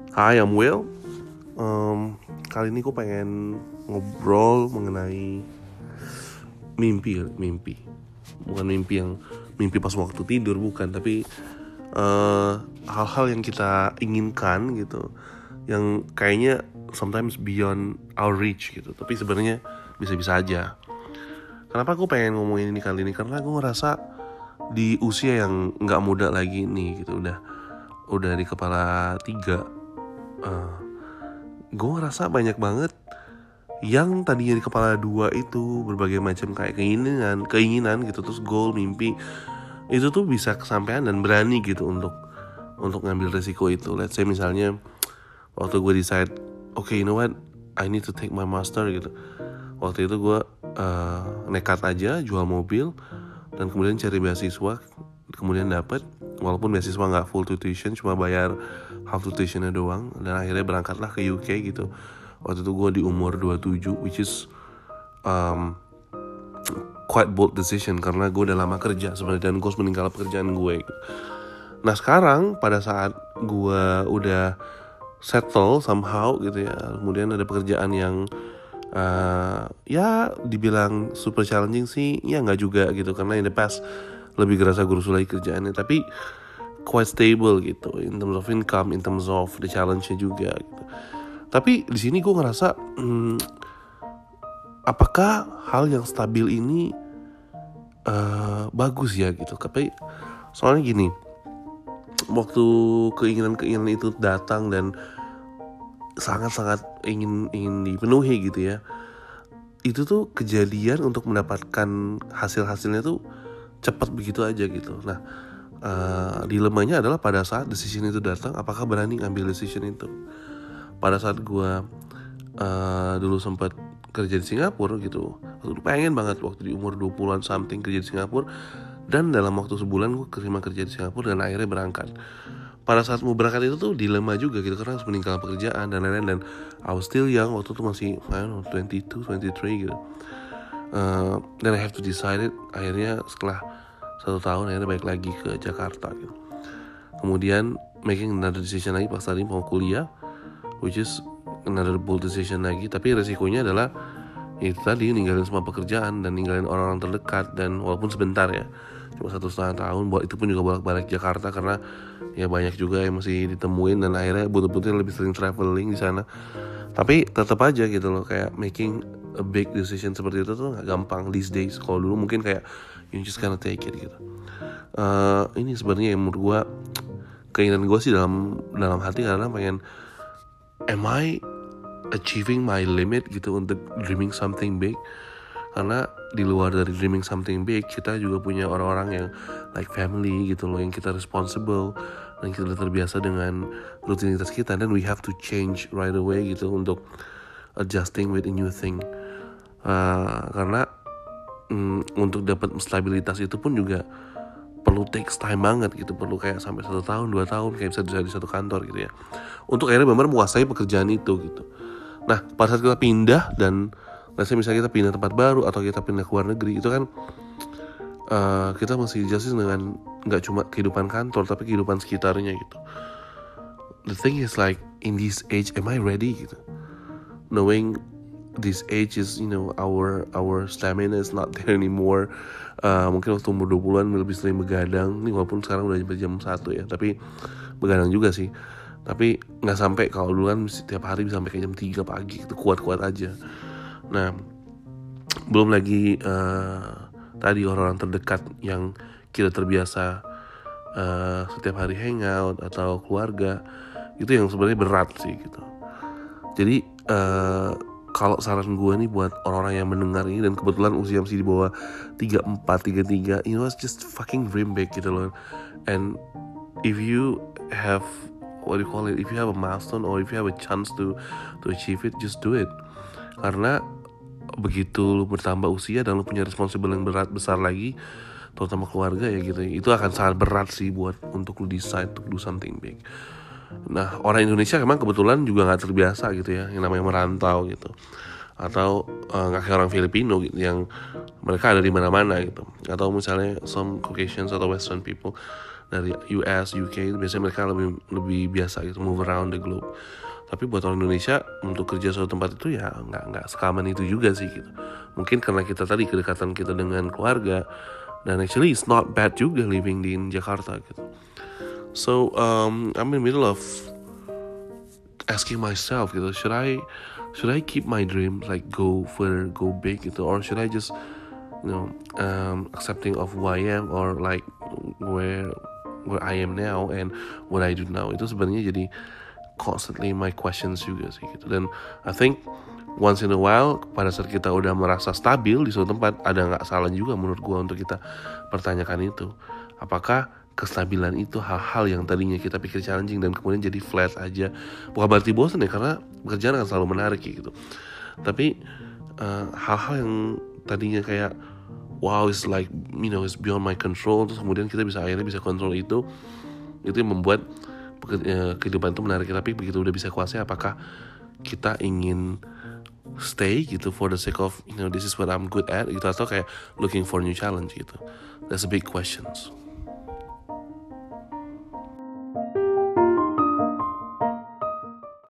Hai, I'm Will. Kali ini gue pengen ngobrol mengenai mimpi. Bukan mimpi pas waktu tidur, bukan. Tapi hal-hal yang kita inginkan gitu, yang kayaknya sometimes beyond our reach gitu. Tapi sebenarnya bisa-bisa aja. Kenapa gue pengen ngomongin ini kali ini? Karena gue ngerasa di usia yang nggak muda lagi nih gitu, udah di kepala 3. Gue ngerasa banyak banget yang tadinya di kepala 2 itu berbagai macam kayak keinginan gitu, terus goal, mimpi itu tuh bisa kesampaian dan berani gitu untuk ngambil resiko itu. Let's say misalnya waktu gue decide, okay, you know what, I need to take my master gitu. Waktu itu gue nekat aja jual mobil dan kemudian cari beasiswa, kemudian dapet, walaupun beasiswa nggak full tuition, cuma bayar half tuitionnya doang, dan akhirnya berangkatlah ke UK gitu. Waktu itu gue di umur 27, which is quite bold decision karena gue udah lama kerja sebenarnya dan gue harus meninggalkan pekerjaan gue gitu. Nah sekarang pada saat gue udah settle somehow gitu ya, kemudian ada pekerjaan yang ya dibilang super challenging sih, ya nggak juga gitu, karena in the past lebih gerasa gerusu lagi kerjaannya, tapi quite stable gitu in terms of income, in terms of the challenge-nya juga gitu. Tapi di sini gue ngerasa apakah hal yang stabil ini bagus ya gitu. Tapi soalnya gini, waktu keinginan itu datang dan sangat-sangat ingin dipenuhi gitu ya, itu tuh kejadian untuk mendapatkan hasilnya tuh cepat begitu aja gitu. Nah dilemanya adalah pada saat decision itu datang, apakah berani ngambil decision itu. Pada saat gue dulu sempat kerja di Singapura gitu, pengen banget waktu di umur 20-an something kerja di Singapura, dan dalam waktu sebulan gue kerja di Singapura dan akhirnya berangkat. Pada saat mau berangkat itu tuh dilema juga gitu, karena harus meninggalkan pekerjaan dan lain-lain, dan I was still young, waktu itu masih 22, 23 gitu. Dan I have to decide it. Akhirnya setelah 1 tahun akhirnya balik lagi ke Jakarta gitu. Kemudian making another decision lagi pas tadi mau kuliah, which is another bold decision lagi. Tapi resikonya adalah itu tadi, ninggalin semua pekerjaan dan ninggalin orang-orang terdekat, dan walaupun sebentar ya, cuma 1,5 tahun, buat itu pun juga bolak-balik Jakarta karena ya banyak juga yang masih ditemuin, dan akhirnya butuh-butuh lebih sering traveling di sana. Tapi tetap aja gitu loh, kayak making a big decision seperti itu tuh gak gampang these days. Kalau dulu mungkin kayak you just gonna take it gitu. Ini sebenarnya yang menurut gue, keinginan gue sih dalam hati, karena pengen, am I achieving my limit gitu untuk dreaming something big. Karena di luar dari dreaming something big, kita juga punya orang-orang yang like family gitu loh, yang kita responsible dan kita udah terbiasa dengan rutinitas kita, dan we have to change right away gitu untuk adjusting with a new thing. Karena untuk dapat stabilitas itu pun juga perlu takes time banget gitu, perlu kayak sampai 1 tahun 2 tahun kayak bisa di satu kantor gitu ya, untuk akhirnya benar menguasai pekerjaan itu gitu. Nah pada saat kita pindah, dan misalnya kita pindah tempat baru atau kita pindah ke luar negeri, itu kan kita masih adjusting dengan gak cuma kehidupan kantor tapi kehidupan sekitarnya gitu. The thing is like, in this age am I ready gitu, knowing this age is, you know, our stamina is not there anymore. Mungkin waktu umur 20-an lebih sering begadang nih, walaupun sekarang udah jam 1 ya, tapi begadang juga sih. Tapi gak sampai, kalau dulu kan setiap hari bisa sampai kayak jam 3 pagi itu kuat-kuat aja. Nah belum lagi tadi orang-orang terdekat yang kita terbiasa setiap hari hangout atau keluarga, itu yang sebenarnya berat sih gitu. Jadi kalau saran gue nih buat orang-orang yang mendengar ini, dan kebetulan usia masih di bawah 34, 33, you know, just fucking dream big gitu loh. And if you have, what do you call it, if you have a milestone or if you have a chance to achieve it, just do it. Karena begitu lu bertambah usia dan lu punya responsible yang besar lagi, terutama keluarga ya gitu, itu akan sangat berat sih buat untuk lu decide to do something big. Nah orang Indonesia memang kebetulan juga gak terbiasa gitu ya, yang namanya merantau gitu. atau nggak kayak orang Filipino gitu yang mereka ada di mana-mana gitu, atau misalnya some Caucasians atau Western people dari US, UK biasanya mereka lebih biasa gitu move around the globe. Tapi buat orang Indonesia untuk kerja suatu tempat itu ya nggak sekaman itu juga sih gitu. Mungkin karena kita tadi kedekatan kita dengan keluarga, dan actually it's not bad juga living di Jakarta gitu. So I'm in the middle of asking myself gitu, should I keep my dream, like go further, go big gitu, or should I just accepting of who I am, or like where I am now and what I do now. Itu sebenarnya jadi constantly my questions juga sih gitu. Dan I think once in a while pada saat kita udah merasa stabil di suatu tempat, ada nggak salah juga menurut gue untuk kita pertanyakan itu, apakah kestabilan itu hal-hal yang tadinya kita pikir challenging dan kemudian jadi flat aja. Bukan berarti bosan ya, karena pekerjaan akan selalu menarik gitu. Tapi hal-hal yang tadinya kayak wow, it's like it's beyond my control, terus kemudian kita akhirnya bisa kontrol itu yang membuat kehidupan itu menarik. Tapi begitu udah bisa kuasai, apakah kita ingin stay gitu for the sake of this is what I'm good at gitu, atau kayak looking for new challenge gitu. That's a big questions.